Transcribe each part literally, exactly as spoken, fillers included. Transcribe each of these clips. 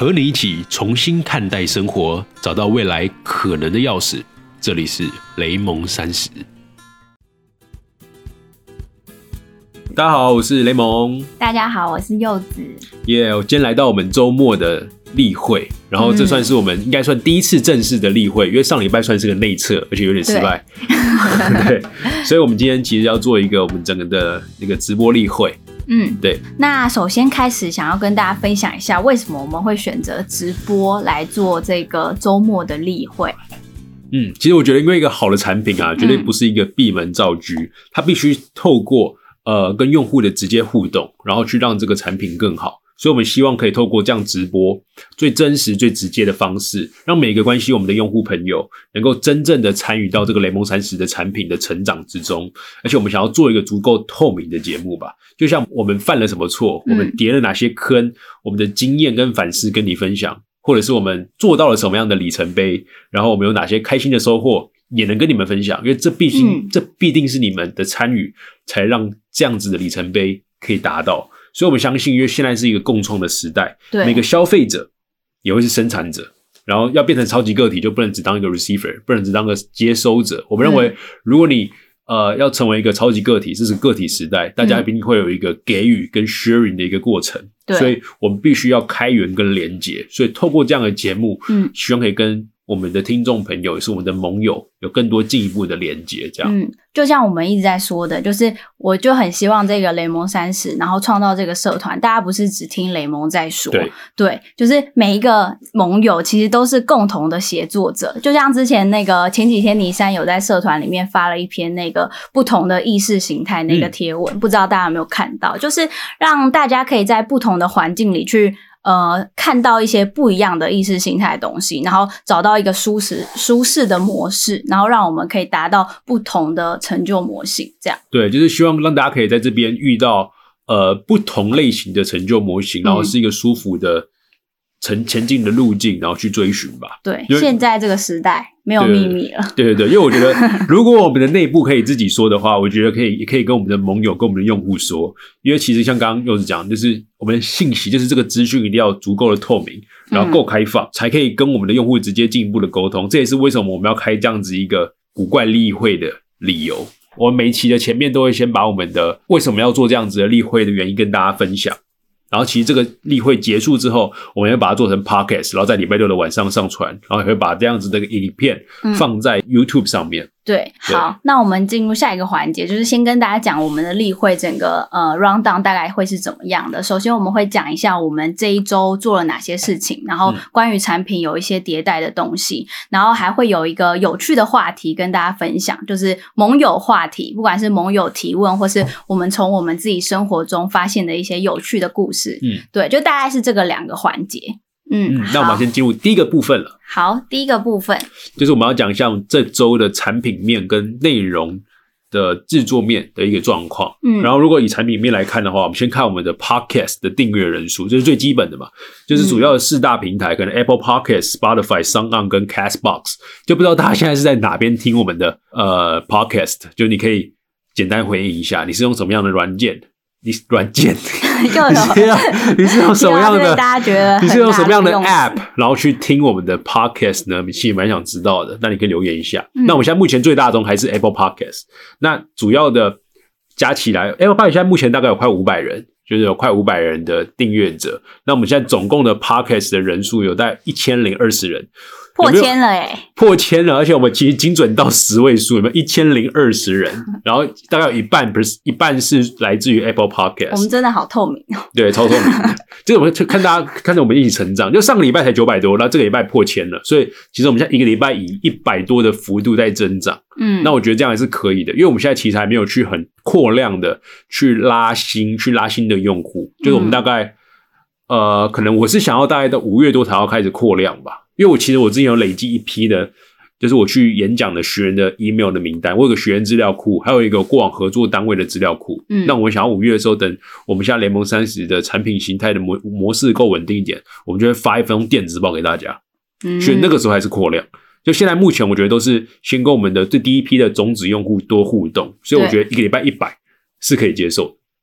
和你一起重新看待生活，找到未来可能的钥匙。这里是雷蒙三十。大家好，我是雷蒙。 大家好，我是柚子。 耶、yeah, 我今天来到我们周末的例会，然后这算是我们应该算第一次正式的例会，因为上礼拜算是个内测，而且有点失败。对，所以我们今天其实要做一个我们整个的那个直播例会。 嗯， 对。 那首先开始想要跟大家分享一下，为什么我们会选择直播来做这个周末的例会。 嗯，其实我觉得，因为一个好的产品啊，绝对不是一个闭门造车，嗯、它必须透过呃跟用户的直接互动，然后去让这个产品更好。所以我们希望可以透过这样直播最真实最直接的方式，让每个关系我们的用户朋友能够真正的参与到这个雷蒙三十的产品的成长之中。而且我们想要做一个足够透明的节目吧，就像我们犯了什么错，我们跌了哪些坑，嗯、我们的经验跟反思跟你分享，或者是我们做到了什么样的里程碑，然后我们有哪些开心的收获也能跟你们分享，因为这必定、嗯、这必定是你们的参与才让这样子的里程碑可以达到。所以我们相信，因为现在是一个共创的时代，每个消费者也会是生产者，然后要变成超级个体，就不能只当一个 receiver， 不能只当个接收者。我们认为，如果你呃要成为一个超级个体，这是个体时代，大家一定会有一个给予跟 sharing 的一个过程，嗯、所以我们必须要开源跟连结。所以透过这样的节目，嗯，希望可以跟我们的听众朋友，也是我们的盟友，有更多进一步的连结。这样，嗯， 就像我们一直在说的，就是我就很希望这个雷蒙三十，然后创造这个社团，大家不是只听雷蒙在说，对，对，就是每一个盟友其实都是共同的协作者。就像之前那个前几天尼山有在社团里面发了一篇那个不同的意识形态那个贴文，嗯、不知道大家有没有看到？就是让大家可以在不同的环境里去。呃，看到一些不一样的意识形态的东西，然后找到一个舒适舒适的模式，然后让我们可以达到不同的成就模型。这样，对， 就是希望让大家可以在这边遇到呃不同类型的成就模型，然后是一个舒服的前前进的路径，然后去追寻吧。 对，现在这个时代没有秘密了。 对对对，因为我觉得如果我们的内部可以自己说的话，我觉得可以也可以跟我们的盟友跟我们的用户说，因为其实像刚刚柚子讲，就是我们的信息，就是这个资讯一定要足够的透明，然后够开放，嗯、才可以跟我们的用户直接进一步的沟通。这也是为什么我们要开这样子一个古怪例会的理由。我们每一期的前面都会先把我们的为什么要做这样子的例会的原因跟大家分享。然后其实这个例会结束之后，我们会把它做成 podcast， 然后在礼拜六的晚上上传，然后也会把这样子的影片放在 YouTube 上面。嗯、对， 对，好，那我们进入下一个环节，就是先跟大家讲我们的例会整个呃 rundown 大概会是怎么样的。首先我们会讲一下我们这一周做了哪些事情，然后关于产品有一些迭代的东西，然后还会有一个有趣的话题跟大家分享，就是盟友话题，不管是盟友提问，或是我们从我们自己生活中发现的一些有趣的故事。嗯，对，就大概是这个两个环节。嗯, 嗯， 那我们先进入第一个部分了。 好，第一个部分就是我们要讲一下这周的产品面跟内容的制作面的一个状况。嗯，然后如果以产品面来看的话，我们先看我们的 Podcast 的订阅人数，这是最基本的嘛，就是主要的四大平台，嗯、可能 Apple Podcast、Spotify、SoundOn 跟 Castbox， 就不知道大家现在是在哪边听我们的呃 Podcast， 就你可以简单回应一下，你是用什么样的软件？你软件，你是要你是用什么样的？ 大家觉得你是用什么样的 App， 然后去听我们的 Podcast 呢？其实蛮想知道的，那你可以留言一下。嗯、那我们现在目前最大宗还是 Apple Podcast， 那主要的加起来 ，Apple Podcast 现在目前大概有快五百人，就是有快五百人的订阅者。那我们现在总共的 Podcast 的人数有大概一千零二十人。 破千了诶、欸、 破千了，而且我们其实精准到十位数，有没有一千零二十人？然后大概有一半不是一半是来自于 Apple Podcast。 我们真的好透明哦。 对，超透明的。这个我们看大家看着我们一起成长，就上个礼拜才九百多，然后这个礼拜破千了，所以其实我们现在一个礼拜以一百多的幅度在增长。嗯，那我觉得这样还是可以的，因为我们现在其实还没有去很扩量的去拉新，去拉新的用户，就是我们大概、嗯、呃，可能我是想要大概到五月多才要开始扩量吧。因为我其实我之前有累积一批的，就是我去演讲的学员的 email 的名单，我有个学员资料库，还有一个过往合作单位的资料库。嗯，那我们想要五月的时候，等我们现在联盟三十的产品形态的模模式够稳定一点，我们就会发一封电子报给大家。嗯，所以那个时候还是扩量。就现在目前我觉得都是先跟我们的最第一批的种子用户多互动，所以我觉得一个礼拜一百是可以接受的。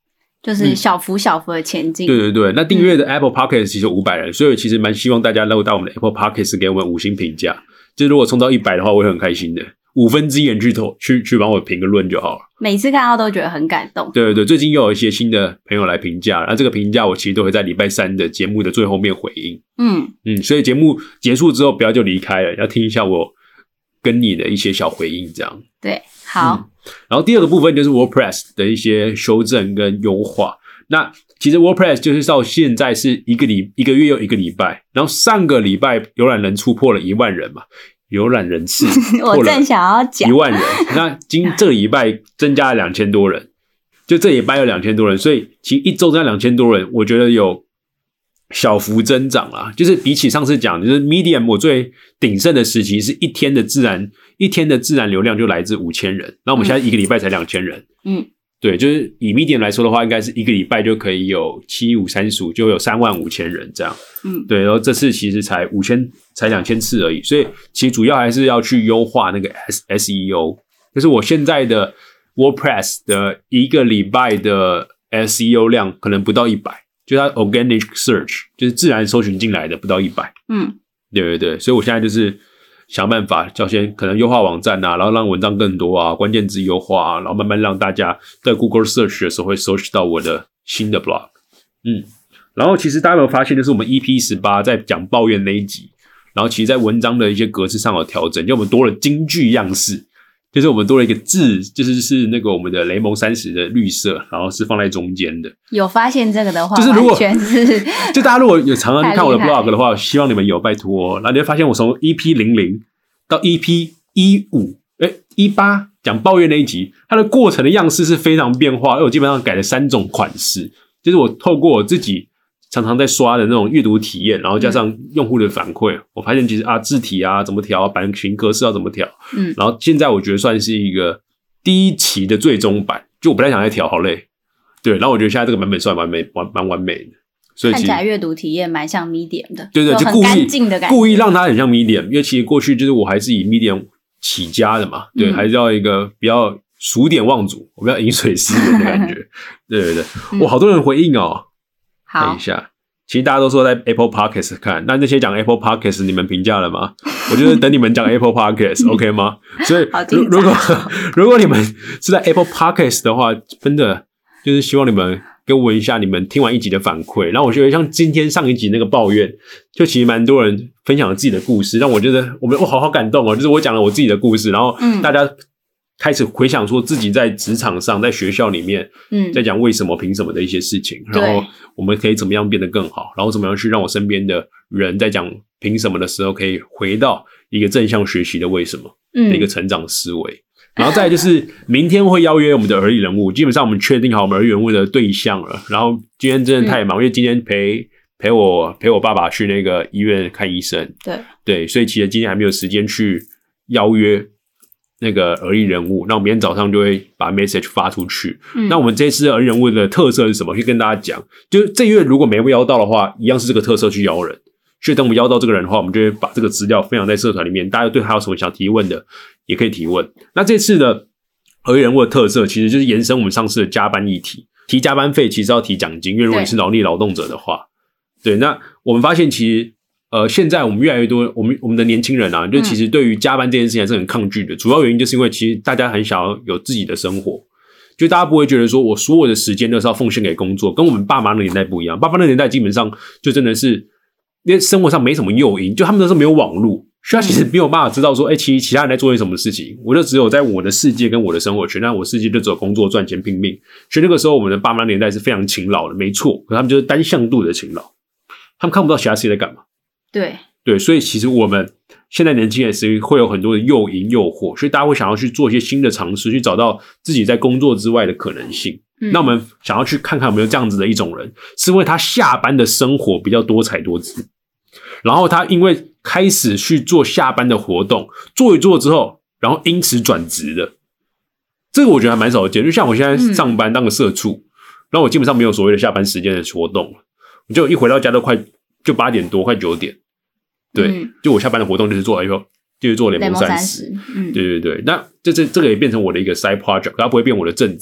就是小幅小幅的前进。 对对对，那订阅的 Apple Podcast 其实有五百人，所以其实蛮希望大家能够到我们的 Apple Podcast 给我们五星评价。就如果冲到一百的话，我会很开心的。五分之一人去投去去帮我评个论就好了。 每次看到都觉得很感动。 对对对，最近又有一些新的朋友来评价，那这个评价我其实都会在礼拜三的节目的最后面回应。嗯嗯，所以节目结束之后不要就离开了，要听一下我跟你的一些小回应，这样。 对，好。 嗯、然后第二个部分就是 WordPress 的一些修正跟优化。那其实 WordPress 就是到现在是一个礼一个月又一个礼拜，然后上个礼拜浏览人触破了一万人嘛。浏览人次我正想要讲一万人，那今这个礼拜增加了两千多人，就这礼拜有两千多人，所以其实一周增加两千多人，我觉得有小幅增长啦。就是比起上次讲，就是 Medium 我最鼎盛的时期是一天的自然一天的自然流量就来自五千人，那我们现在一个礼拜才两千人，嗯。对，就是以 Medium 来说的话，应该是一个礼拜就可以有七五三十五，就有三万五千人这样。嗯，对，然后这次其实才五千，才两千次而已，所以其实主要还是要去优化那个 S E O， 就是我现在的 WordPress 的一个礼拜的 S E O 量可能不到一百，就是它 Organic Search 就是自然搜寻进来的不到一百。嗯，对对对，所以我现在就是想办法叫先可能优化网站啊，然后让文章更多啊，关键字优化啊，然后慢慢让大家在 Google Search 的时候会 search 到我的新的 blog。嗯，然后其实大家有没有发现，就是我们 E P 十八 在讲抱怨那一集，然后其实在文章的一些格式上有调整，就我们多了金句样式，就是我们多了一个字，就是是那个我们的雷蒙三十的绿色，然后是放在中间的。 有发现这个的话， 就是如果完全是就大家如果有常常看我的 blog 的话，希望你们有拜托、哦，然后你会发现我从 E P 零零 到 E P 十五，哎，十八讲抱怨那一集，它的过程的样式是非常变化，因为我基本上改了三种款式，就是我透过我自己常常在刷的那种阅读体验，然后加上用户的反馈、嗯，我发现其实啊字体啊怎么调，版型格式要怎么调，嗯，然后现在我觉得算是一个第一期的最终版，就我不太想再调，好累，对，然后我觉得现在这个版本算完美，完蛮完美的，所以看起来阅读体验蛮像 Medium 的， 对对，就故意故意让它很像 Medium， 因为其实过去就是我还是以 Medium 起家的嘛，对，嗯、还是要一个比较数典忘祖，我比较饮水思源的感觉，对对对，哇、嗯，好多人回应哦。看一下，其实大家都说在 Apple Podcast 看，那那些讲 Apple Podcast 你们评价了吗？我就是等你们讲 Apple Podcast OK 吗？所以如如果如果你们是在 Apple Podcast 的话，真的就是希望你们跟我一下你们听完一集的反馈。然后我觉得像今天上一集那个抱怨，就其实蛮多人分享了自己的故事，让我觉得我们我好好感动哦。就是我讲了我自己的故事，然后大家开始回想说自己在职场上，在学校里面，嗯，在讲为什么、凭什么的一些事情，然后我们可以怎么样变得更好，然后怎么样去让我身边的人在讲凭什么的时候，可以回到一个正向学习的为什么的一个成长思维。嗯、然后再来就是明天会邀约我们的儿艺人物，基本上我们确定好我们儿艺人物的对象了。然后今天真的太忙，嗯、因为今天陪陪我陪我爸爸去那个医院看医生，对对，所以其实今天还没有时间去邀约那个儿艺人物，那我明天早上就会把 message 发出去。嗯、那我们这次儿艺人物的特色是什么？去跟大家讲，就是这月如果没有邀到的话，一样是这个特色去邀人。所以等我们邀到这个人的话，我们就会把这个资料分享在社团里面，大家对他有什么想提问的，也可以提问。那这次的儿艺人物的特色，其实就是延伸我们上次的加班议题，提加班费其实要提奖金，因为如果你是劳力劳动者的话，对，那我们发现其实。呃，现在我们越来越多，我们我们的年轻人啊，就其实对于加班这件事情还是很抗拒的。嗯、主要原因就是因为其实大家很想要有自己的生活，就大家不会觉得说我所有的时间都是要奉献给工作，跟我们爸妈那年代不一样。爸爸那年代基本上就真的是因为生活上没什么诱因，就他们那时候没有网络，所以他其实没有办法知道说，哎、欸，其实其他人在做些什么事情。我就只有在我的世界跟我的生活圈，那我世界就只有工作赚钱拼命。所以那个时候我们的爸妈年代是非常勤劳的，没错，可他们就是单向度的勤劳，他们看不到其他事情在干嘛。 对。对， 所以其实我们现在年轻人是会有很多的诱因诱惑，所以大家会想要去做一些新的尝试，去找到自己在工作之外的可能性。嗯、那我们想要去看看有没有这样子的一种人，是因为他下班的生活比较多彩多姿，然后他因为开始去做下班的活动，做一做之后，然后因此转职的。这个我觉得还蛮少见，就像我现在上班当个社畜，嗯、然后我基本上没有所谓的下班时间的活动，我就一回到家都快就八点多，快九点。对，嗯、就我下班的活动就是做，哎呦，就是做雷蒙三十，嗯，对对对。那这这这个也变成我的一个 side project， 它不会变我的正职，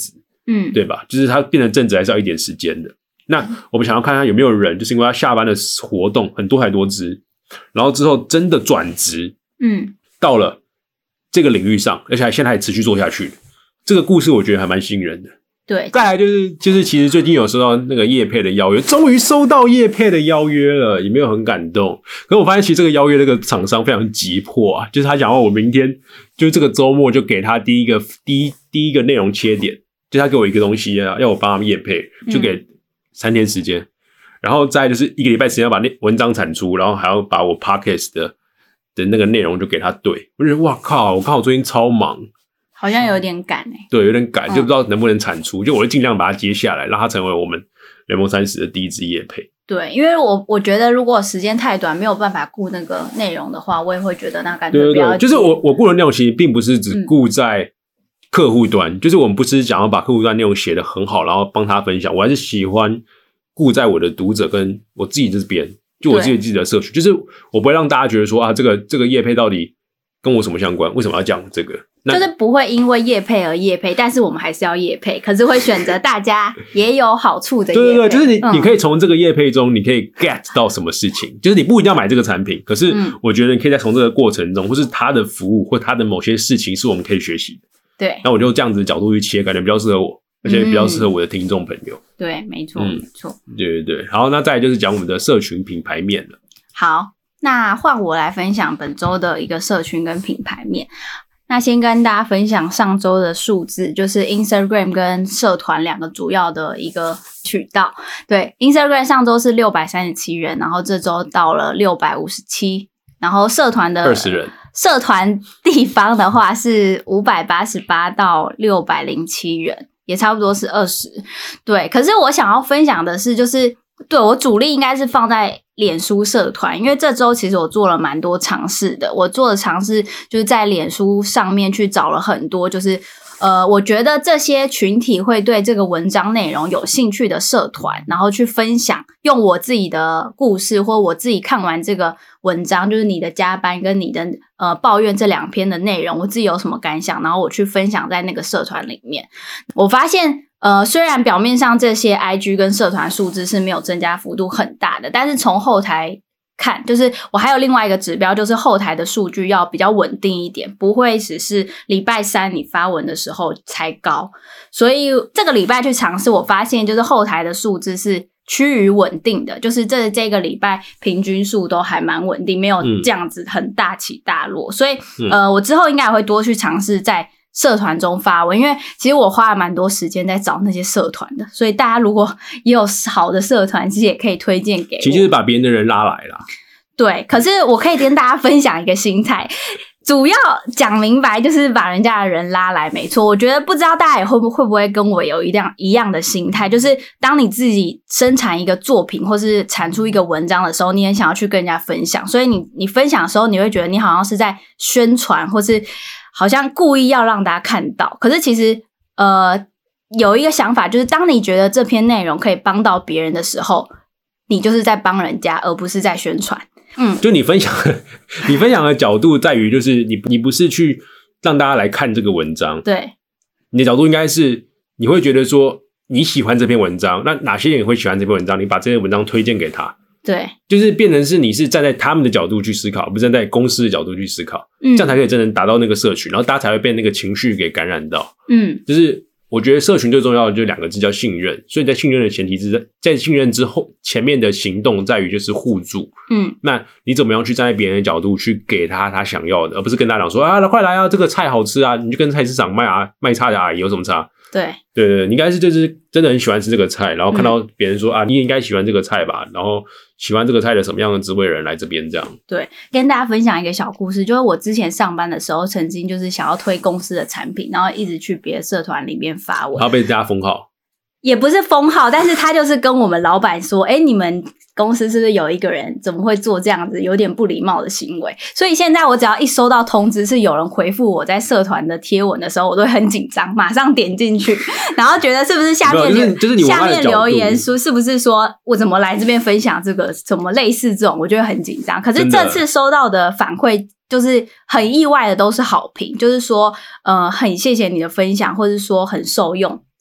嗯， 对吧？就是他变成正职还是要一点时间的。那我们想要看他有没有人，就是因为他下班的活动很多才多姿，然后之后真的转职， 嗯， 到了这个领域上，而且还现在还持续做下去。这个故事我觉得还蛮吸引人的。 对， 再来就是就是其实最近有收到那个业配的邀约，终于收到业配的邀约了，也没有很感动。可是我发现其实这个邀约那个厂商非常急迫啊，就是他想要我明天就是这个周末就给他第一个第一第一个内容切点，就他给我一个东西啊，要我帮他们业配，就给三天时间，嗯、然后再就是一个礼拜时间要把那文章产出，然后还要把我 podcast 的的那个内容就给他对。我觉得哇靠，我看我最近超忙。 好像有点赶欸， 对，有点赶，就不知道能不能产出。嗯、就我会尽量把它接下来，让它成为我们联盟三十的第一支业配。 对，因为我我觉得如果时间太短，没有办法顾那个内容的话，我也会觉得那感觉不要。 对对对，就是我我顾的内容其实并不是只顾在客户端，嗯、就是我们不是想要把客户端内容写得很好，然后帮他分享。我还是喜欢顾在我的读者跟我自己这边，就我自己自己的社区，就是我不会让大家觉得说啊，这个这个业配到底跟我什么相关？为什么要讲这个？ 就是不会因为业配而业配，但是我们还是要业配，可是会选择大家也有好处的业配。 对对对，就是你、嗯、你可以从这个业配中，你可以 get 到什么事情，就是你不一定要买这个产品，可是我觉得你可以在从这个过程中，或是他的服务或他的某些事情是我们可以学习的。 对， 那我就这样子的角度去切，感觉比较适合我，而且比较适合我的听众朋友。 嗯、对，没错，嗯、没错。 对对对，好，那再来就是讲我们的社群品牌面了。 好，那换我来分享本周的一个社群跟品牌面。那先跟大家分享上周的数字，就是 Instagram 跟社团两个主要的一个渠道。对 ，Instagram 上周是六百三十七人，然后这周到了六百五十七，然后社团的二十人， 社团地方的话是五百八十八到六百零七人，也差不多是二十。对，可是我想要分享的是，就是对我主力应该是放在脸书社团，因为这周其实我做了蛮多尝试的。我做的尝试就是在脸书上面去找了很多，就是呃，我觉得这些群体会对这个文章内容有兴趣的社团，然后去分享，用我自己的故事或我自己看完这个文章，就是你的加班跟你的呃抱怨这两篇的内容，我自己有什么感想，然后我去分享在那个社团里面。我发现呃，虽然表面上这些 I G 跟社团数字是没有增加幅度很大的，但是从后台看，就是我还有另外一个指标，就是后台的数据要比较稳定一点，不会只是礼拜三你发文的时候才高。所以这个礼拜去尝试，我发现就是后台的数字是趋于稳定的，就是这这个礼拜平均数都还蛮稳定，没有这样子很大起大落。所以、嗯、呃，我之后应该也会多去尝试在社团中发文，因为其实我花了蛮多时间在找那些社团的，所以大家如果也有好的社团，其实也可以推荐给我。 其实就是把别人的人拉来啦。 对，可是我可以跟大家分享一个心态，主要讲明白就是把人家的人拉来，没错。我觉得不知道大家也会不会不会跟我有一样一样的心态，就是当你自己生产一个作品或是产出一个文章的时候，你也想要去跟人家分享，所以你你分享的时候，你会觉得你好像是在宣传，或是好像故意要让大家看到。可是其实呃有一个想法，就是当你觉得这篇内容可以帮到别人的时候，你就是在帮人家，而不是在宣传。嗯， 就你分享你分享的角度在于，就是你你不是去让大家来看这个文章， 对， 你的角度应该是你会觉得说你喜欢这篇文章，那哪些人会喜欢这篇文章，你把这篇文章推荐给他。 对， 就是变成是你是站在他们的角度去思考，不是站在公司的角度去思考，嗯，这样才可以真正达到那个社群，然后大家才会被那个情绪给感染到。 嗯， 就是我觉得社群最重要的就是两个字，叫信任。所以在信任的前提之在，在信任之后，前面的行动在于就是互助。 嗯， 那你怎么样去站在别人的角度去给他他想要的，而不是跟他讲说啊，快来啊，这个菜好吃啊，你就跟菜市场卖啊卖菜的阿姨有什么差？ 对对对，你应该是就是真的很喜欢吃这个菜，然后看到别人说、嗯、啊，你也应该喜欢这个菜吧，然后喜欢这个菜的什么样的滋味人来这边这样。 对，跟大家分享一个小故事，就是我之前上班的时候，曾经就是想要推公司的产品，然后一直去别的社团里面发文， 然后被大家封号。 也不是封号，但是他就是跟我们老板说，诶，你们公司是不是有一个人怎么会做这样子有点不礼貌的行为？所以现在我只要一收到通知是有人回复我在社团的贴文的时候，我都会很紧张，马上点进去，然后觉得是不是下面、 就是就是、你下面留言说是不是说我怎么来这边分享这个什么类似这种，我就会很紧张。可是这次收到的反馈就是很意外的都是好评，就是说呃很谢谢你的分享，或是说很受用。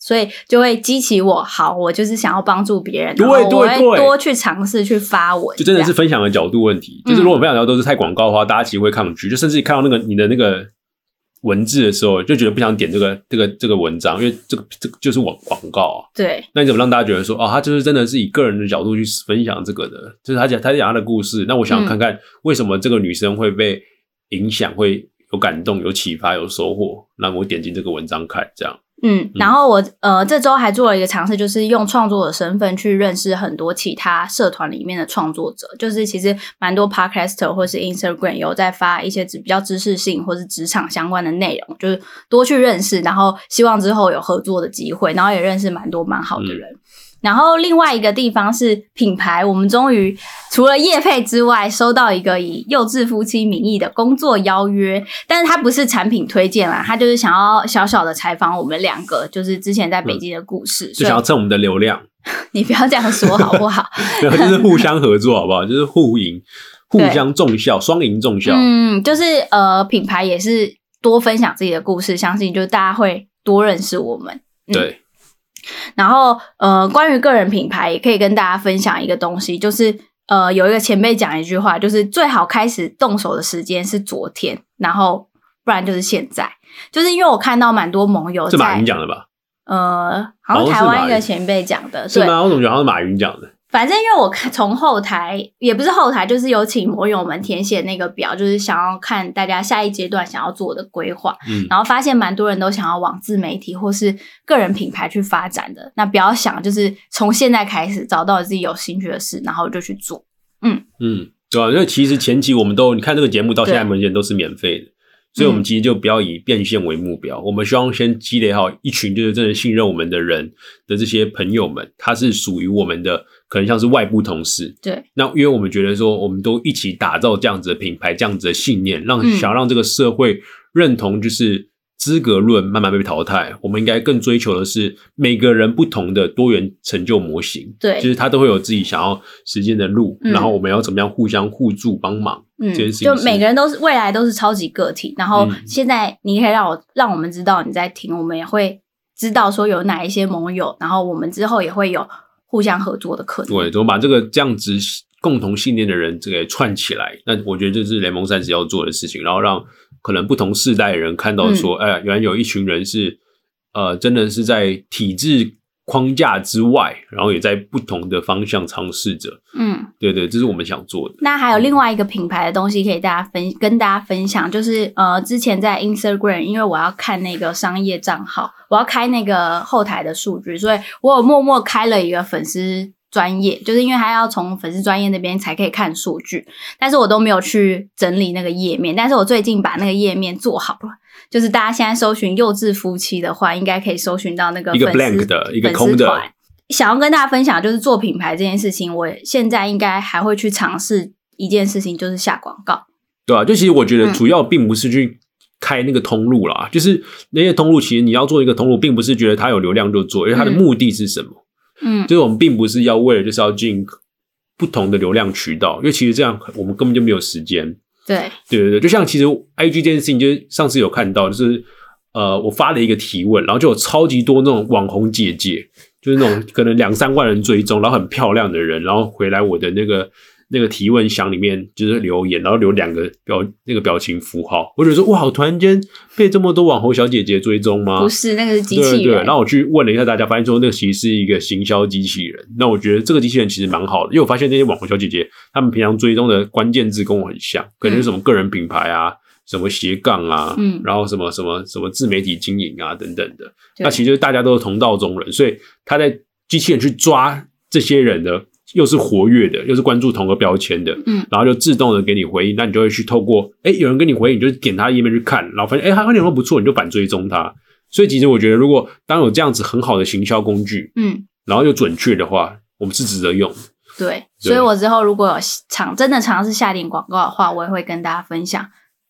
所以就会激起我，好，我就是想要帮助别人， 对对对， 我会多去尝试去发文， 就真的是分享的角度问题。就是如果分享的角度都是太广告的话，大家其实会抗拒，就甚至看到那个你的那个文字的时候，就觉得不想点这个这个这个文章，因为这个这个就是广广告啊。 对， 那你怎么让大家觉得说，哦，他就是真的是以个人的角度去分享这个的，就是他讲他讲他的故事。那我想看看为什么这个女生会被影响，会有感动、有启发、有收获，那我点进这个文章看，这样。 嗯，然后我呃这周还做了一个尝试，就是用创作者身份去认识很多其他社团里面的创作者，就是其实蛮多 podcaster 或是 Instagram 有在发一些比较知识性或是职场相关的内容，就是多去认识，然后希望之后有合作的机会，然后也认识蛮多蛮好的人。嗯，然后另外一个地方是品牌，我们终于除了业配之外，收到一个以柚志夫妻名义的工作邀约，但是它不是产品推荐啦，它就是想要小小的采访我们两个，就是之前在北京的故事，嗯， 就想要蹭我们的流量。 你不要这样说好不好？ 没有，就是互相合作好不好？就是互赢，互相重效，双赢重效。 嗯，就是呃，品牌也是多分享自己的故事，相信就是大家会多认识我们。嗯， 对。 然后呃，关于个人品牌也可以跟大家分享一个东西，就是呃，有一个前辈讲一句话，就是最好开始动手的时间是昨天，然后不然就是现在。就是因为我看到蛮多盟友在， 是马云讲的吧？ 呃，好像台湾一个前辈讲的， 是吗？我怎么觉得好像是马云讲的？ 反正因为我看从后台也不是后台，就是有请盟友们填写那个表，就是想要看大家下一阶段想要做的规划，嗯，然后发现蛮多人都想要往自媒体或是个人品牌去发展的。那不要想就是从现在开始找到自己有兴趣的事，然后就去做。嗯嗯，对啊，因为其实前期我们都你看这个节目到现在目前都是免费的，所以我们其实就不要以变现为目标，嗯，我们希望先积累好一群就是真的信任我们的人的这些朋友们，他是属于我们的，可能像是外部同事。 对， 那因为我们觉得说我们都一起打造这样子的品牌，这样子的信念，让想让这个社会认同就是资格论慢慢被淘汰，我们应该更追求的是每个人不同的多元成就模型。 对， 就是他都会有自己想要实践的路，嗯，然后我们要怎么样互相互助帮忙。嗯，这件事情就每个人都是未来都是超级个体，然后现在你可以让我让我们知道你在听，我们也会知道说有哪一些盟友，然后我们之后也会有互相合作的可能。 对，怎么把这个这样子共同信念的人这个串起来，那我觉得这是雷蒙三十要做的事情，然后让可能不同世代的人看到说，嗯，哎，原来有一群人是呃，真的是在体制框架之外，然后也在不同的方向尝试着。嗯，对对，这是我们想做的。 那还有另外一个品牌的东西可以大家分跟大家分享，就是呃，之前在 Instagram， 因为我要看那个商业账号，我要开那个后台的数据，所以我有默默开了一个粉丝专页，就是因为他要从粉丝专页那边才可以看数据，但是我都没有去整理那个页面，但是我最近把那个页面做好了，就是大家现在搜寻柚志夫妻的话，应该可以搜寻到那个粉丝一个 blank 的一个空的。 想要跟大家分享就是做品牌这件事情，我现在应该还会去尝试一件事情，就是下广告。 对啊，就其实我觉得主要并不是去开那个通路啦，嗯，就是那些通路其实你要做一个通路，并不是觉得它有流量就做，因为它的目的是什么？嗯，就是我们并不是要为了就是要进不同的流量渠道，因为其实这样我们根本就没有时间。 对对对对，就像其实 I G 这件事情，就是上次有看到，就是呃，我发了一个提问，然后就有超级多那种网红姐姐，就是那种可能两三万人追踪，然后很漂亮的人，然后回来我的那个那个提问箱里面就是留言，然后留两个表那个表情符号，我就说哇，突然间被这么多网红小姐姐追踪吗？ 不是，那个是机器人。 对对，然后我去问了一下大家，发现说那个其实是一个行销机器人。那我觉得这个机器人其实蛮好的，因为我发现那些网红小姐姐她们平常追踪的关键字跟我很像，可能是什么个人品牌啊。嗯，什么斜杠啊，嗯，然后什么什么什么自媒体经营啊等等的，那其实大家都是同道中人，所以他在机器人去抓这些人的，又是活跃的，又是关注同个标签的，嗯，然后就自动的给你回应，那你就会去透过，哎，有人跟你回应，你就点他的页面去看，然后发现，哎，他内容不错，你就反追踪他。所以其实我觉得，如果当有这样子很好的行销工具，嗯，然后又准确的话，我们是值得用的。 对，所以我之后如果有尝真的尝试下点广告的话，我也会跟大家分享。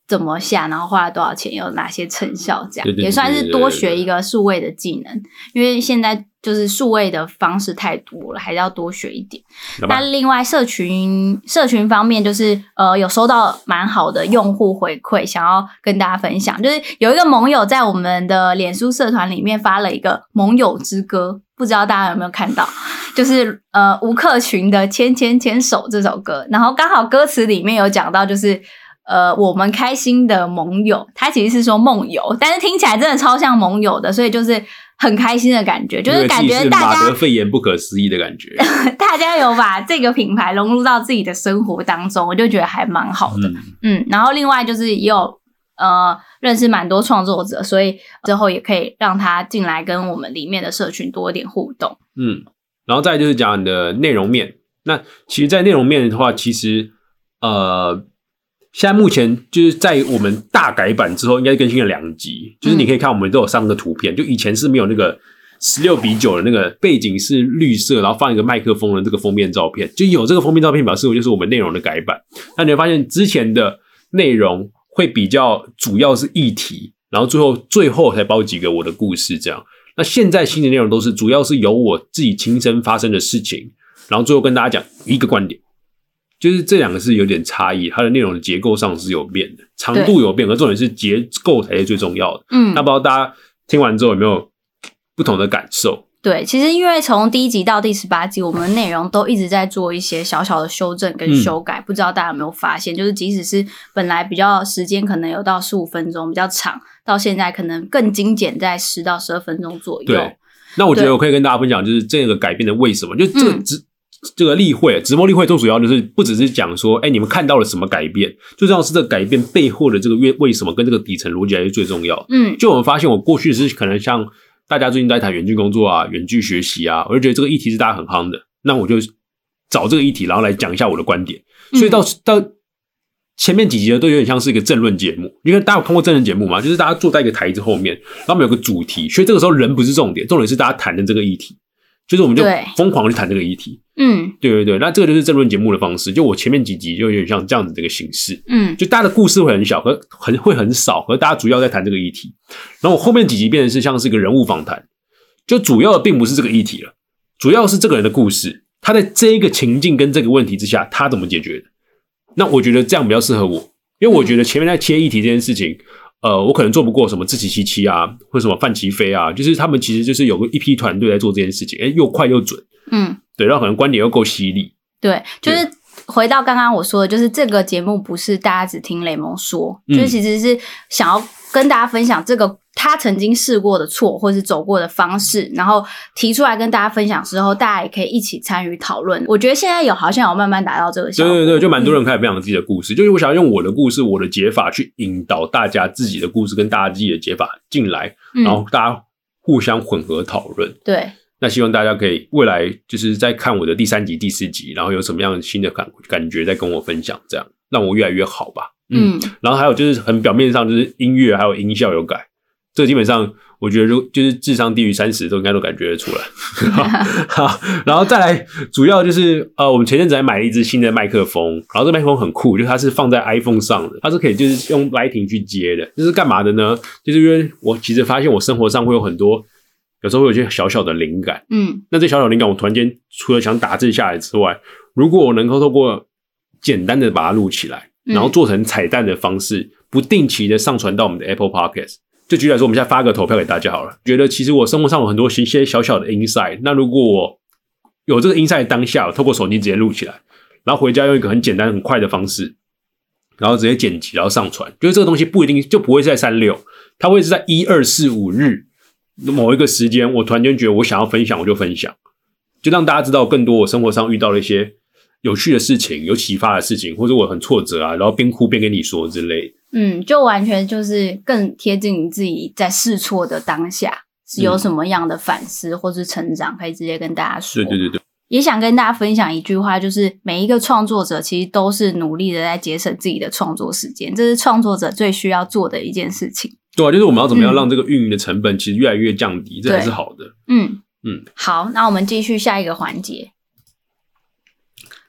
怎么下，然后花了多少钱，有哪些成效，这样对对对对对对对， 也算是多学一个数位的技能，因为现在就是数位的方式太多了，还是要多学一点。那另外社群社群方面，就是呃有收到蛮好的用户回馈，想要跟大家分享，就是有一个盟友在我们的脸书社团里面发了一个盟友之歌，不知道大家有没有看到，就是呃吴克群的牵牵牵手这首歌，然后刚好歌词里面有讲到就是呃我们开心的盟友，他其实是说梦游，但是听起来真的超像盟友的，所以就是很开心的感觉，就是感觉大家马德肺炎不可思议的感觉大家有把这个品牌融入到自己的生活当中，我就觉得还蛮好的。 嗯, 嗯然后另外就是也有呃认识蛮多创作者，所以之后也可以让他进来跟我们里面的社群多一点互动。 嗯，然后再来就是讲你的内容面，那其实在内容面的话，其实呃现在目前就是在我们大改版之后，应该更新了两集，就是你可以看我们都有上个图片，就以前是没有那个十六比九的那个背景是绿色，然后放一个麦克风的这个封面照片，就有这个封面照片表示我就是我们内容的改版。那你会发现之前的内容会比较主要是议题，然后最后最后才包几个我的故事这样。那现在新的内容都是主要是由我自己亲身发生的事情，然后最后跟大家讲一个观点。就是这两个是有点差异，它的内容的结构上是有变的，长度有变，而重点是结构才是最重要的。嗯，那不知道大家听完之后有没有不同的感受？ 对，其实因为从第一集到第十八集，我们的内容都一直在做一些小小的修正跟修改，嗯、不知道大家有没有发现？就是即使是本来比较时间可能有到十五分钟比较长，到现在可能更精简在十到十二分钟左右。 对，那我觉得我可以跟大家分享，就是这个改变的为什么，就这个只。嗯这个例会直播例会最主要就是不只是讲说哎，你们看到了什么改变，最重要是这个改变背后的这个为什么跟这个底层逻辑才是最重要。嗯，就我们发现我过去是可能像大家最近在谈远距工作啊远距学习啊，我就觉得这个议题是大家很夯的，那我就找这个议题然后来讲一下我的观点，所以到到前面几集的都有点像是一个政论节目，因为大家有看过政论节目嘛，就是大家坐在一个台子后面，然后我们有个主题，所以这个时候人不是重点，重点是大家谈的这个议题，就是我们就疯狂去谈这个议题。嗯，对对对，那这个就是政论节目的方式，就我前面几集就有点像这样子的一个形式。嗯，就大家的故事会很小，和很会很少，和大家主要在谈这个议题。然后我后面几集变成是像是一个人物访谈，就主要的并不是这个议题了，主要是这个人的故事，他在这一个情境跟这个问题之下，他怎么解决的。那我觉得这样比较适合我，因为我觉得前面在切议题这件事情。呃，我可能做不过什么志祺七七啊，或者什么范琪飞啊，就是他们其实就是有个一批团队在做这件事情，诶，又快又准，嗯，对，然后可能观点又够犀利， 对，就是回到刚刚我说的，就是这个节目不是大家只听雷蒙说，嗯、就是其实是想要跟大家分享这个他曾经试过的错，或是走过的方式，然后提出来跟大家分享之后，大家也可以一起参与讨论。我觉得现在有好像有慢慢达到这个效果， 对对对，就蛮多人开始分享自己的故事，嗯、就是我想要用我的故事、我的解法去引导大家自己的故事跟大家自己的解法进来，嗯、然后大家互相混合讨论。 对。 那希望大家可以未来就是在看我的第三集、第四集，然后有什么样新的感感觉再跟我分享，这样让我越来越好吧。嗯，嗯然后还有就是很表面上就是音乐还有音效有改，这个基本上我觉得就是智商低于三十都应该都感觉得出来。好, 好，然后再来主要就是呃，我们前阵子还买了一支新的麦克风，然后这麦克风很酷，就是它是放在 iPhone 上的，它是可以就是用 Lighting 去接的。这是干嘛的呢？就是因为我其实发现我生活上会有很多。有时候会有一些小小的灵感，嗯，那这小小的灵感，我突然间除了想打字下来之外，如果我能够透过简单的把它录起来，然后做成彩蛋的方式，不定期的上传到我们的 Apple Podcast。就举例来说，我们现在发个投票给大家好了。觉得其实我生活上有很多一些小小的 insight， 那如果我有这个 insight 当下，我透过手机直接录起来，然后回家用一个很简单很快的方式，然后直接剪辑，然后上传。就是这个东西不一定就不会是在三六，它会是在一二四五日。某一个时间我突然间觉得我想要分享我就分享，就让大家知道更多我生活上遇到的一些有趣的事情有启发的事情，或者我很挫折啊，然后边哭边跟你说之类的。嗯， 就完全就是更贴近你自己在试错的当下是有什么样的反思或是成长，可以直接跟大家说。 对对对对， 也想跟大家分享一句话，就是每一个创作者其实都是努力的在节省自己的创作时间，这是创作者最需要做的一件事情。 对啊，就是我们要怎么样让这个运营的成本其实越来越降低，嗯、这才是好的。嗯嗯，好，那我们继续下一个环节。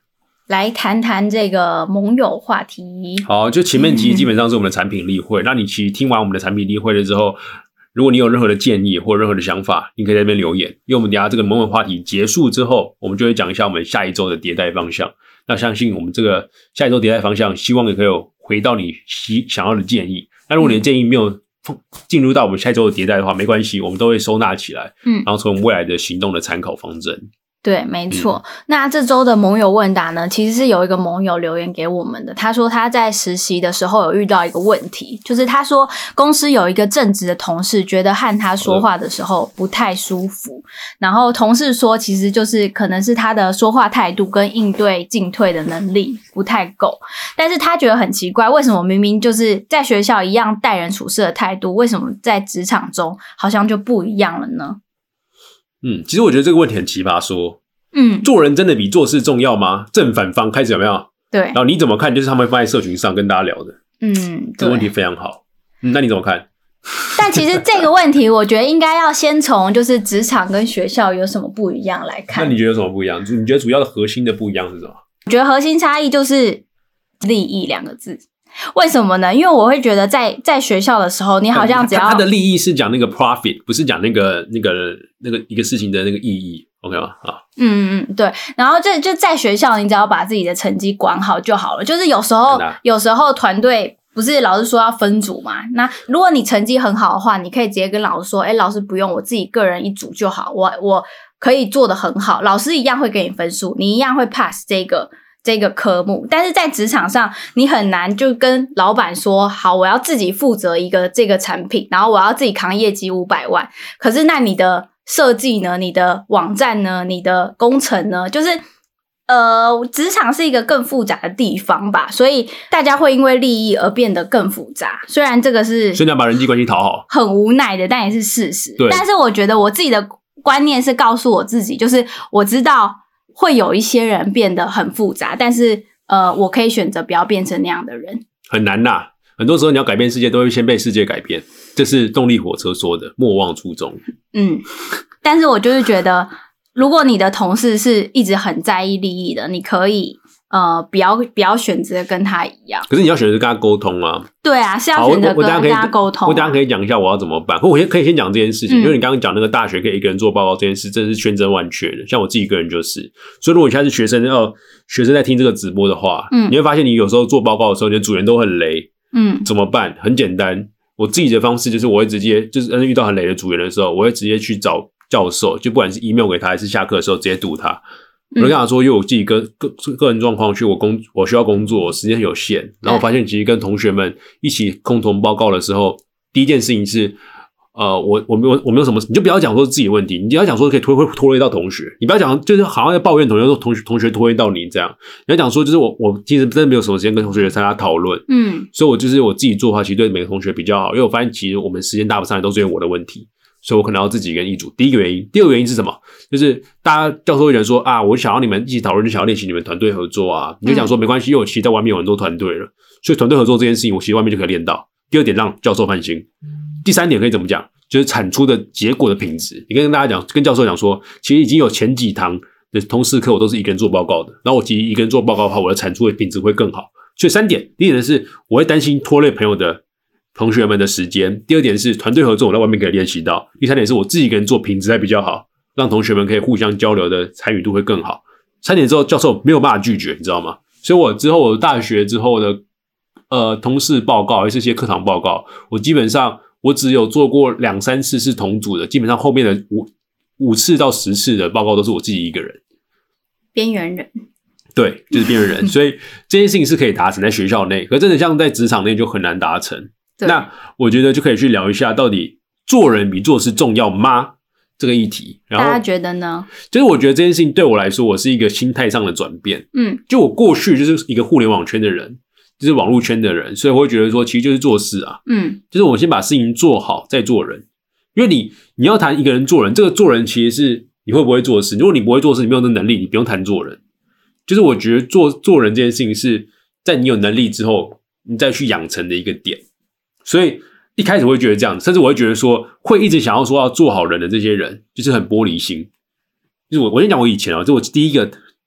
来谈谈这个盟友话题。 好，就前面其实基本上是我们的产品例会，那你其实听完我们的产品例会了之后，如果你有任何的建议或任何的想法，你可以在那边留言，因为我们等一下这个盟友话题结束之后，我们就会讲一下我们下一周的迭代方向。那相信我们这个下一周迭代方向，希望也可以有回到你想要的建议。那如果你的建议没有进入到我们下一周的迭代的话，没关系，我们都会收纳起来，嗯，然后成为未来的行动的参考方针。 对，没错、嗯。那这周的盟友问答呢，其实是有一个盟友留言给我们的。他说他在实习的时候有遇到一个问题，就是他说公司有一个正直的同事，觉得和他说话的时候不太舒服。然后同事说，其实就是可能是他的说话态度跟应对进退的能力不太够。但是他觉得很奇怪，为什么明明就是在学校一样待人处事的态度，为什么在职场中好像就不一样了呢？ 嗯，其实我觉得这个问题很奇葩说， 嗯， 做人真的比做事重要吗？正反方开始有没有？ 对， 然后你怎么看？就是他们放在社群上跟大家聊的， 嗯， 这个问题非常好。嗯，那你怎么看？ 但其实这个问题，我觉得应该要先从就是职场跟学校有什么不一样来看。 那你觉得有什么不一样？你觉得主要的核心的不一样是什么？ 我觉得核心差异就是利益两个字。为什么呢？因为我会觉得在在学校的时候，你好像只要他的利益是讲那个 profit， 不是讲那个那个那个一个事情的那个意义 ，OK 吗？啊， 嗯嗯对。然后就就在学校，你只要把自己的成绩管好就好了。就是有时候有时候团队不是老师说要分组嘛？那如果你成绩很好的话，你可以直接跟老师说：“哎，老师不用，我自己个人一组就好，我我可以做得很好，老师一样会给你分数，你一样会 pass 这个。”这个科目，但是在职场上你很难就跟老板说好我要自己负责一个这个产品，然后我要自己扛业绩五百万，可是那你的设计呢，你的网站呢，你的工程呢，就是呃，职场是一个更复杂的地方吧，所以大家会因为利益而变得更复杂，虽然这个是所以你要把人际关系讨好， 很无奈的，但也是事实。 对， 但是我觉得我自己的观念是告诉我自己，就是我知道会有一些人变得很复杂，但是呃，我可以选择不要变成那样的人。 很难呐，很多时候你要改变世界，都会先被世界改变。这是动力火车说的，莫忘初衷。嗯， 但是我就是觉得，如果你的同事是一直很在意利益的，你可以呃，不要不要选择跟他一样。 可是你要选择跟他沟通啊。 对啊，是要选择跟他沟通、啊。 我等一下可以讲一下我要怎么办，或我先可以先讲这件事情，嗯、因为你刚刚讲那个大学可以一个人做报告这件事，真的是千真万确的。像我自己一个人就是，所以如果你现在是学生，要学生在听这个直播的话，嗯，你会发现你有时候做报告的时候，你的组员都很雷，嗯，怎么办？很简单，我自己的方式就是我会直接就是遇到很雷的组员的时候，我会直接去找教授，就不管是 email 给他还是下课的时候直接堵他。我就跟他说，因为我自己个个个人状况去，我工我需要工作，时间有限，然后我发现其实跟同学们一起共同报告的时候，第一件事情是，呃，我我没有我没有什么，你就不要讲说自己的问题，你不要讲说可以拖会拖累到同学，你不要讲就是好像在抱怨同学说同学同学拖累到你这样，你要讲说就是我我其实真的没有什么时间跟同学参加讨论，嗯，所以我就是我自己做的话，其实对每个同学比较好，因为我发现其实我们时间搭不上来都是因为我的问题。所以我可能要自己跟一组。第一个原因，第二个原因是什么？就是大家教授会觉得说啊，我想要你们一起讨论，就想要练习你们团队合作啊。你就讲说没关系，因为我其实在外面有很多团队了，所以团队合作这件事情，我其实外面就可以练到。第二点，让教授放心。第三点可以怎么讲？就是产出的结果的品质。你跟大家讲，跟教授讲说，其实已经有前几堂的通识课，我都是一个人做报告的。然后我其实一个人做报告的话，我的产出的品质会更好。所以三点，第一点是我会担心拖累朋友的同学们的时间，第二点是团队合作我在外面可以练习到，第三点是我自己一个人做品质还比较好，让同学们可以互相交流的参与度会更好。三点之后教授没有办法拒绝，你知道吗？所以我之后我大学之后的呃通识报告还是一些课堂报告，我基本上我只有做过两三次是同组的，基本上后面的五五次到十次的报告都是我自己一个人， 边缘人。 对，就是边缘人，所以这件事情是可以达成在学校内，可真的像在职场内就很难达成。那我觉得就可以去聊一下，到底做人比做事重要吗？这个议题。然后大家觉得呢？ 就是我觉得这件事情对我来说，我是一个心态上的转变。嗯，就我过去就是一个互联网圈的人，就是网络圈的人，所以我会觉得说，其实就是做事啊。嗯，就是我先把事情做好，再做人。因为你你要谈一个人做人，这个做人其实是你会不会做事。如果你不会做事，你没有那能力，你不用谈做人。就是我觉得做做人这件事情是在你有能力之后，你再去养成的一个点。所以一开始我会觉得这样，甚至我会觉得说，会一直想要说要做好人的这些人，就是很玻璃心。就是我我先讲我以前啊，就我第一个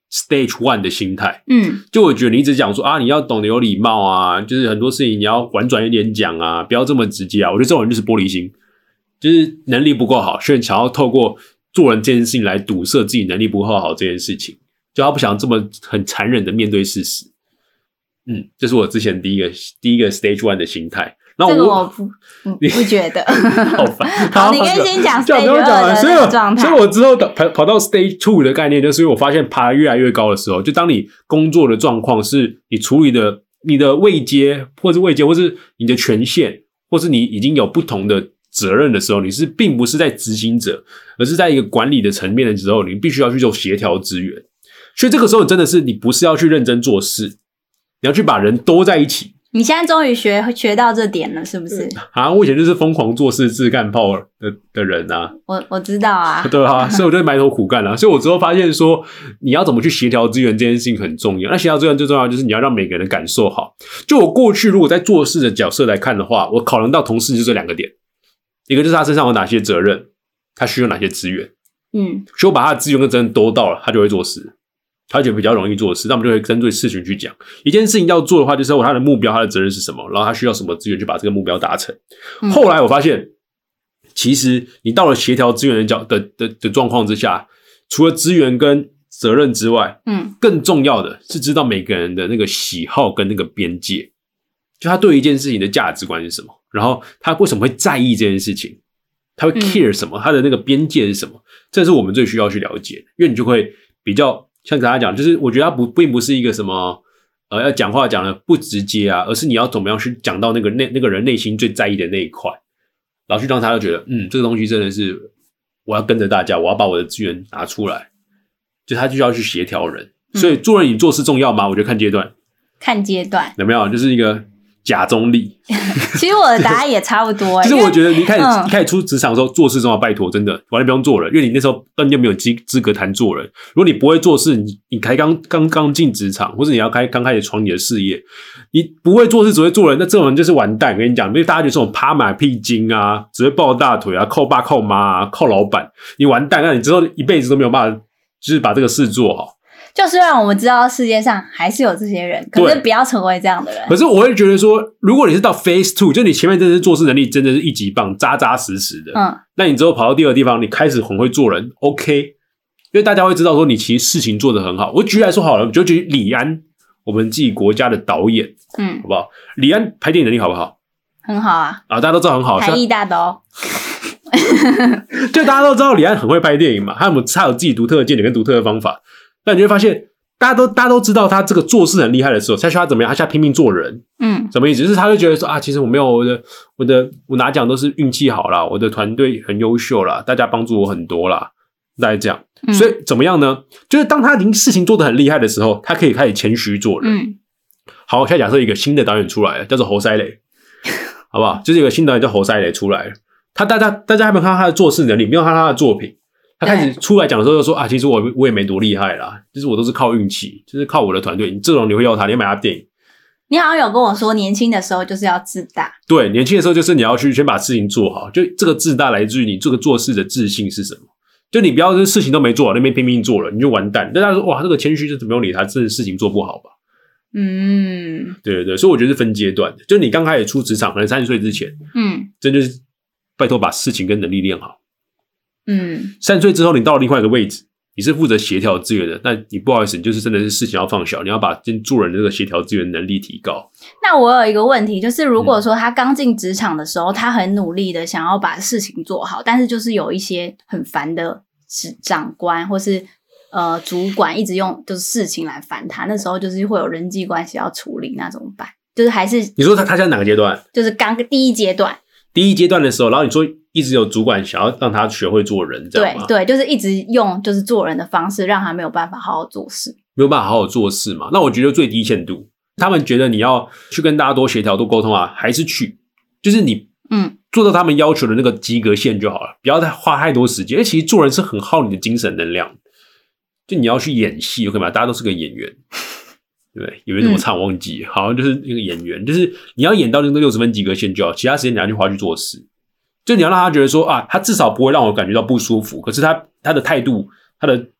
stage one 的心态。 嗯， 就我觉得你一直讲说啊，你要懂得有礼貌啊，就是很多事情你要婉转一点讲啊，不要这么直接啊。我觉得这种人就是玻璃心，就是能力不够好，所以想要透过做人这件事情来堵塞自己能力不够好这件事情，就他不想这么很残忍的面对事实。嗯，这是我之前第一个第一个 stage one 的心态。那我这个我不不不觉得， 好烦。 好，你可以先讲 stage 二的那个状态。 所以我之后跑跑到 stage two 的概念，就是因为我发现爬得越来越高的时候，就当你工作的状况是你处理的你的位阶，或是位阶，或是你的权限，或是你已经有不同的责任的时候，你是并不是在执行者，而是在一个管理的层面的时候，你必须要去做协调资源。所以这个时候真的是你不是要去认真做事，你要去把人兜在一起。 你现在终于学学到这点了，是不是？ 啊，我以前就是疯狂做事、自干炮的的人啊。 我我知道啊， 对啊，所以我就埋头苦干啊。所以我之后发现说，你要怎么去协调资源这件事情很重要。那协调资源最重要的就是你要让每个人感受好。就我过去如果在做事的角色来看的话，我考量到同事就这两个点，一个就是他身上有哪些责任，他需要哪些资源。 嗯， 所以我把他的资源跟责任都到了，他就会做事。他就比较容易做事，那我们就会针对事情去讲。一件事情要做的话，就是他的目标、他的责任是什么，然后他需要什么资源去把这个目标达成。嗯、后来我发现，其实你到了协调资源的角的的的状况之下，除了资源跟责任之外，嗯，更重要的是知道每个人的那个喜好跟那个边界，就他对一件事情的价值观是什么，然后他为什么会在意这件事情，他会 care 什么，嗯、他的那个边界是什么，这是我们最需要去了解的，因为你就会比较。像跟他讲，就是我觉得他不并不是一个什么呃要讲话讲的不直接啊，而是你要怎么样去讲到那个那那个人内心最在意的那一块，然后去让他就觉得嗯这个东西真的是我要跟着大家，我要把我的资源拿出来，就他就要去协调人。所以做人与做事重要吗？我觉得看阶段， 看阶段有没有就是一个假中立。 其实我的答案也差不多、欸。 其实我觉得你开始、嗯、你开始出职场的时候，做事重要，拜托，真的完全不用做人，因为你那时候根本就没有资资格谈做人。如果你不会做事，你你才刚刚刚进职场，或者你要开刚开始闯你的事业，你不会做事只会做人，那这种人就是完蛋。跟你讲，因为大家就这种趴马屁精啊，只会抱大腿啊，靠爸靠妈啊，靠老板，你完蛋，那你之后一辈子都没有办法，就是把这个事做好。 就虽然我们知道世界上还是有这些人，可是不要成为这样的人。 可是我会觉得说，如果你是到 phase two， 就你前面真的是做事能力真的是一级棒，扎扎实实的，嗯，那你之后跑到第二个地方，你开始很会做人 ，OK， 因为大家会知道说你其实事情做得很好。我举例来说好了，就举李安，我们自己国家的导演，嗯，好不好？李安拍电影能力好不好？ 很好啊， 啊，大家都知道很好， 台艺大的哦。 就大家都知道李安很会拍电影嘛，他有他有自己独特的见解跟独特的方法。那你会发现，大家都大家都知道他这个做事很厉害的时候，他需要怎么样？他需要拼命做人，嗯，什么意思？就是他就觉得说啊，其实我没有我的我的我拿奖都是运气好啦，我的团队很优秀啦，大家帮助我很多啦，大概这样。嗯、所以怎么样呢？就是当他已经事情做得很厉害的时候，他可以开始谦虚做人。嗯，好，现在假设一个新的导演出来了，叫做侯赛雷，好不好？就是有个新导演叫侯赛雷出来了，他大家大家还没有看到他的做事能力，没有看到他的作品。他开始出来讲的时候就说啊，其实我我也没多厉害啦，就是我都是靠运气，就是靠我的团队。你这种你会要他，你要买他电影。 你好像有跟我说，年轻的时候就是要自大。 对，年轻的时候就是你要去先把事情做好，就这个自大来自于你这个做事的自信是什么。就你不要这事情都没做好，那边拼命做了，你就完蛋。大家说哇，这个谦虚就是不用理他，这事情做不好吧？嗯，对对对，所以我觉得是分阶段的。就你刚开始出职场，可能三十岁之前，嗯，真就是拜托把事情跟能力练好。嗯，三十岁之后，你到了另外一个位置，你是负责协调资源的，那你不好意思，你就是真的是事情要放小，你要把做人的这个协调资源能力提高。 那我有一个问题，就是如果说他刚进职场的时候，他很努力的想要把事情做好，但是就是有一些很烦的长官或是呃主管一直用就是事情来烦他，那时候就是会有人际关系要处理，那怎么办？就是还是你说他他现在哪个阶段？ 就是刚第一阶段。 第一阶段的时候，然后你说一直有主管想要让他学会做人，这样吗？ 对对，就是一直用就是做人的方式，让他没有办法好好做事， 没有办法好好做事嘛。那我觉得最低限度，他们觉得你要去跟大家多协调、多沟通啊，还是去，就是你嗯做到他们要求的那个及格线就好了，不要再花太多时间。因为其实做人是很耗你的精神能量，就你要去演戏，有可能大家都是个演员。对，有没有什么唱忘记？好像就是那个演员，就是你要演到那个六十分及格线就好，其他时间你要去花去做事。就你要让他觉得说啊，他至少不会让我感觉到不舒服，可是他他的态度、他的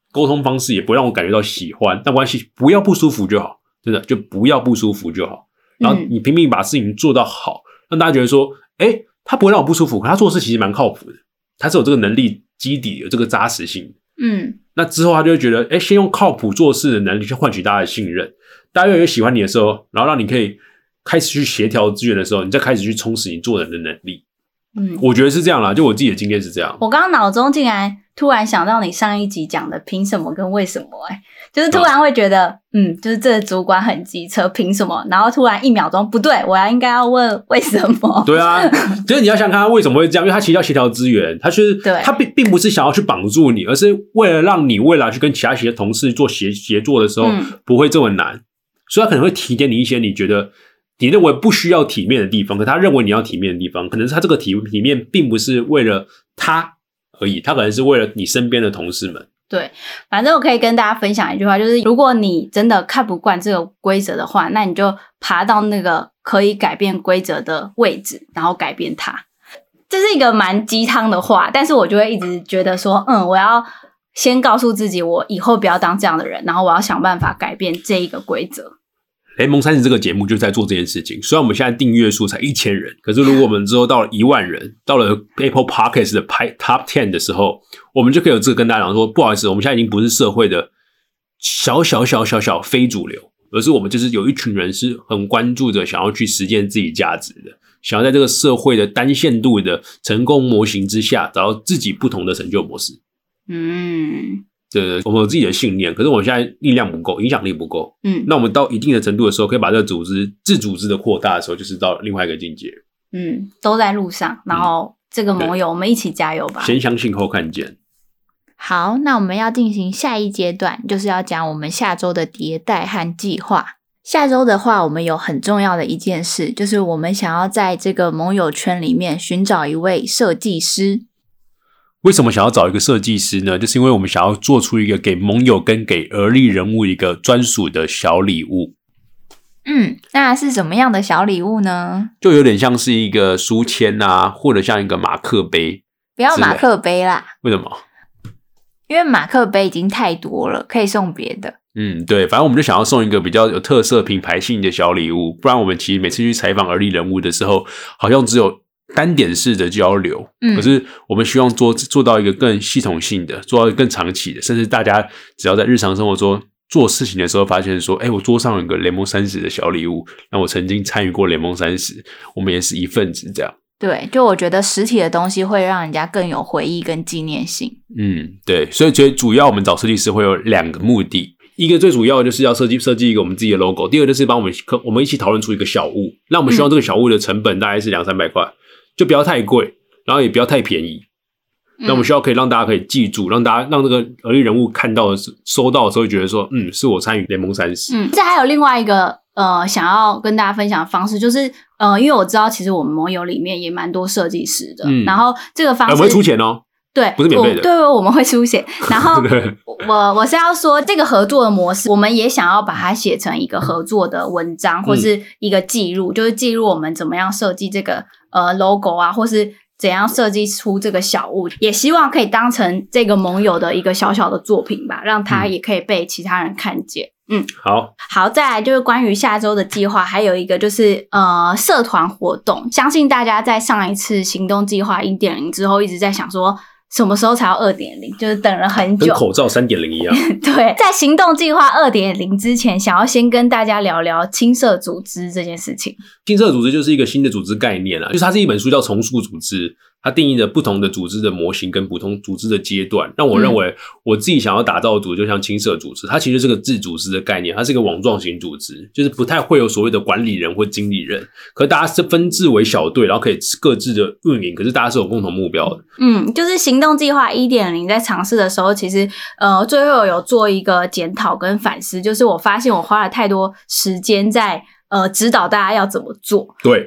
沟通方式也不会让我感觉到喜欢，但没关系，不要不舒服就好，真的就不要不舒服就好。然后你拼命把事情做到好，让大家觉得说，诶，他不会让我不舒服，可他做事其实蛮靠谱的，他是有这个能力基底，有这个扎实性。 嗯， 那之后他就会觉得，诶，先用靠谱做事的能力去换取大家的信任，大家越来越喜欢你的时候，然后让你可以开始去协调资源的时候，你再开始去充实你做人的能力。嗯，我觉得是这样啦，就我自己的经验是这样。 我刚刚脑中竟然突然想到你上一集讲的凭什么跟为什么、欸，哎，就是突然会觉得，哦、嗯，就是这个主管很机车，凭什么？然后突然一秒钟不对，我要应该要问为什么？ 对啊，就是你要想看他为什么会这样，因为他其实要协调资源，他是他并并不是想要去绑住你，而是为了让你未来去跟其他协同事做协协作的时候、嗯、不会这么难，所以他可能会提点你一些你觉得。你认为不需要体面的地方，可他认为你要体面的地方，可能是他这个体体面并不是为了他而已，他可能是为了你身边的同事们。 对，反正我可以跟大家分享一句话，就是如果你真的看不惯这个规则的话，那你就爬到那个可以改变规则的位置，然后改变它。这是一个蛮鸡汤的话，但是我就会一直觉得说，嗯，我要先告诉自己，我以后不要当这样的人，然后我要想办法改变这一个规则。 联盟三十这个节目就在做这件事情，虽然我们现在订阅数才一千人，可是如果我们之后到了一万人，到了 Apple Podcast 的排 Top 十的时候，我们就可以有这个跟大家讲说，不好意思，我们现在已经不是社会的小小小小小非主流，而是我们就是有一群人是很关注着想要去实践自己价值的，想要在这个社会的单线度的成功模型之下，找到自己不同的成就模式。嗯。对，我们有自己的信念，可是我们现在力量不够，影响力不够。嗯，那我们到一定的程度的时候，可以把这个组织自组织的扩大的时候，就是到另外一个境界。 嗯，都在路上，然后这个盟友，我们一起加油吧！ 先相信后看见。 好，那我们要进行下一阶段，就是要讲我们下周的迭代和计划。下周的话，我们有很重要的一件事，就是我们想要在这个盟友圈里面寻找一位设计师。 为什么想要找一个设计师呢？就是因为我们想要做出一个给盟友跟给而立人物一个专属的小礼物。 嗯，那是什么样的小礼物呢？ 就有点像是一个书签啊，或者像一个马克杯。 不要马克杯啦。 为什么？ 因为马克杯已经太多了，可以送别的。 嗯，对，反正我们就想要送一个比较有特色品牌性的小礼物，不然我们其实每次去采访而立人物的时候，好像只有单点式的交流，嗯，可是我们希望做做到一个更系统性的，做到一个更长期的，甚至大家只要在日常生活中做事情的时候，发现说，哎，我桌上有个联盟三十的小礼物，那我曾经参与过联盟三十，我们也是一份子，这样。 对，就我觉得实体的东西会让人家更有回忆跟纪念性。 嗯，对，所以觉得主要我们找设计师会有两个目的。一个最主要的就是要设计设计一个我们自己的 logo， 第二个就是帮我们我们一起讨论出一个小物，那我们希望这个小物的成本大概是两三百块。就不要太贵，然后也不要太便宜。那我们需要可以让大家可以记住，让大家让这个而立人物看到的收到的时候，觉得说，嗯，是我参与联盟三十。 嗯，这还有另外一个呃，想要跟大家分享的方式，就是呃，因为我知道其实我们盟友里面也蛮多设计师的，嗯、然后这个方式、 欸、我们会出钱哦。 对， 不是免费的。 对，我们会出钱。然后我我是要说，这个合作的模式，我们也想要把它写成一个合作的文章，或是一个记录，嗯、就是记录我们怎么样设计这个呃 logo 啊，或是怎样设计出这个小物，也希望可以当成这个盟友的一个小小的作品吧，让它也可以被其他人看见。嗯， 好， 好，再来就是关于下周的计划，还有一个就是呃社团活动，相信大家在上一次行动计划 一点零 之后，一直在想说，什么时候才要 二点零， 就是等了很久， 跟口罩 三点零 一样。 对，在行动计划 二点零 之前，想要先跟大家聊聊青社组织这件事情。 青社组织就是一个新的组织概念啦，就是它是一本书叫重塑组织，它定义了不同的组织的模型跟不同组织的阶段。让我认为我自己想要打造的组织就像青社组织，它其实是个自组织的概念，它是一个网状型组织，就是不太会有所谓的管理人或经理人，可是大家是分治为小队，然后可以各自的运营，可是大家是有共同目标的。 嗯，就是行动计划 一点零 在尝试的时候，其实呃最后有做一个检讨跟反思，就是我发现我花了太多时间在呃指导大家要怎么做。 对。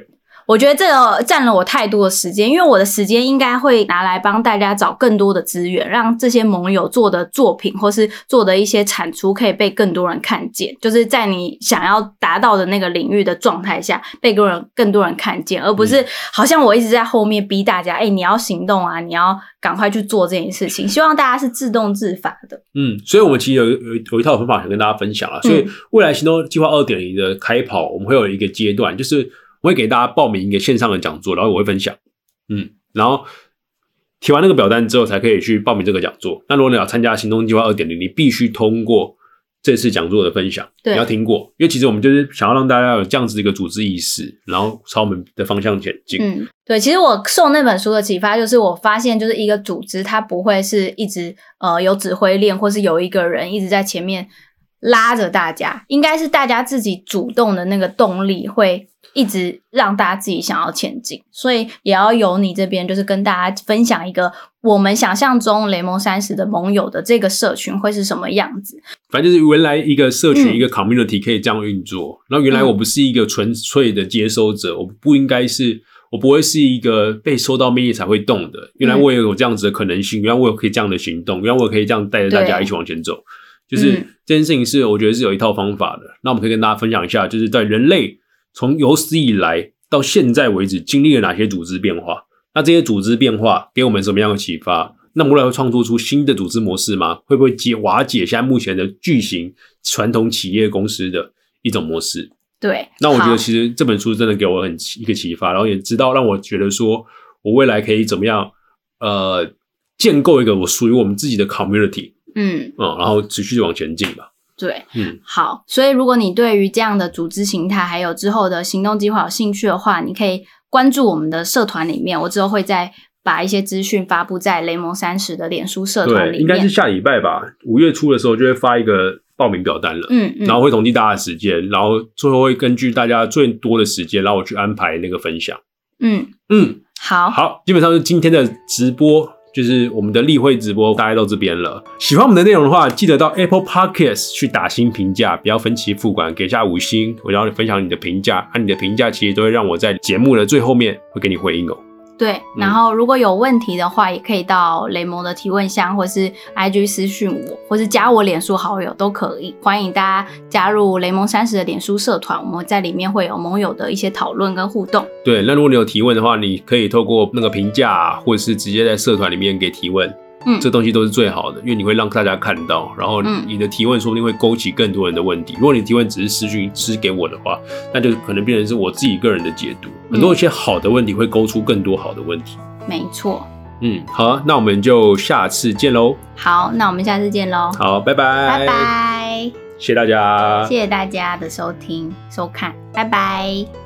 我觉得这个占了我太多的时间，因为我的时间应该会拿来帮大家找更多的资源，让这些盟友做的作品或是做的一些产出可以被更多人看见，就是在你想要达到的那个领域的状态下被更多人更多人看见，而不是好像我一直在后面逼大家，哎、欸，你要行动啊，你要赶快去做这件事情，希望大家是自动自发的。嗯， 所以我们其实有有有一套方法想跟大家分享啦，所以未来行动计划 二点零 的开跑，我们会有一个阶段，就是我会给大家报名一个线上的讲座，然后我会分享，嗯，然后填完那个表单之后才可以去报名这个讲座。那如果你要参加行动计划 二点零， 你必须通过这次讲座的分享，你要听过，因为其实我们就是想要让大家有这样子的一个组织意识，然后朝我们的方向前进。 嗯，对，其实我受那本书的启发，就是我发现就是一个组织它不会是一直呃有指挥链，或是有一个人一直在前面拉着大家，应该是大家自己主动的那个动力会一直让大家自己想要前进，所以也要由你这边就是跟大家分享一个我们想象中雷蒙三十的盟友的这个社群会是什么样子。 反正就是原来一个社群、嗯、一个 community 可以这样运作，然后原来我不是一个纯粹的接收者、嗯、我不应该是我不会是一个被收到命令才会动的，原来我也有这样子的可能性、嗯、原来我也可以这样的行动，原来我也可以这样带着大家一起往前走，就是这件事情是我觉得是有一套方法的。那我们可以跟大家分享一下，就是在人类从有史以来到现在为止经历了哪些组织变化，那这些组织变化给我们什么样的启发，那未来会创作出新的组织模式吗？会不会解瓦解现在目前的巨型传统企业公司的一种模式？ 对， 那我觉得其实这本书真的给我很一个启发，然后也知道让我觉得说我未来可以怎么样呃建构一个我属于我们自己的 community， 嗯, 嗯然后持续往前进吧。 对，嗯，好，所以如果你对于这样的组织形态还有之后的行动计划有兴趣的话，你可以关注我们的社团里面，我之后会再把一些资讯发布在雷蒙三十的脸书社团里面。对， 应该是下礼拜吧，五月初的时候就会发一个报名表单了，嗯嗯，然后会统计大家的时间，然后最后会根据大家最多的时间，然后我去安排那个分享。嗯嗯， 好， 好，基本上是今天的直播。就是我们的例会直播大概到这边了，喜欢我们的内容的话，记得到 Apple Podcast 去打新评价，不要分期付款，给下五星，我要分享你的评价，啊，你的评价其实都会让我在节目的最后面会给你回应哦。 对，然后如果有问题的话，也可以到雷蒙的提问箱，或是 I G 私讯我，或是加我脸书好友都可以。欢迎大家加入雷蒙三十的脸书社团，我们在里面会有盟友的一些讨论跟互动。 对，那如果你有提问的话，你可以透过那个评价、啊，或者是直接在社团里面给提问。嗯，这东西都是最好的，因为你会让大家看到，然后你的提问说不定会勾起更多人的问题。如果你提问只是私讯私给我的话，那就可能变成是我自己个人的解读。很多一些好的问题会勾出更多好的问题。 没错。 嗯，好，那我们就下次见喽。 好，那我们下次见喽。 好，拜拜。 拜拜。 谢谢大家。 谢谢大家的收听收看，拜拜。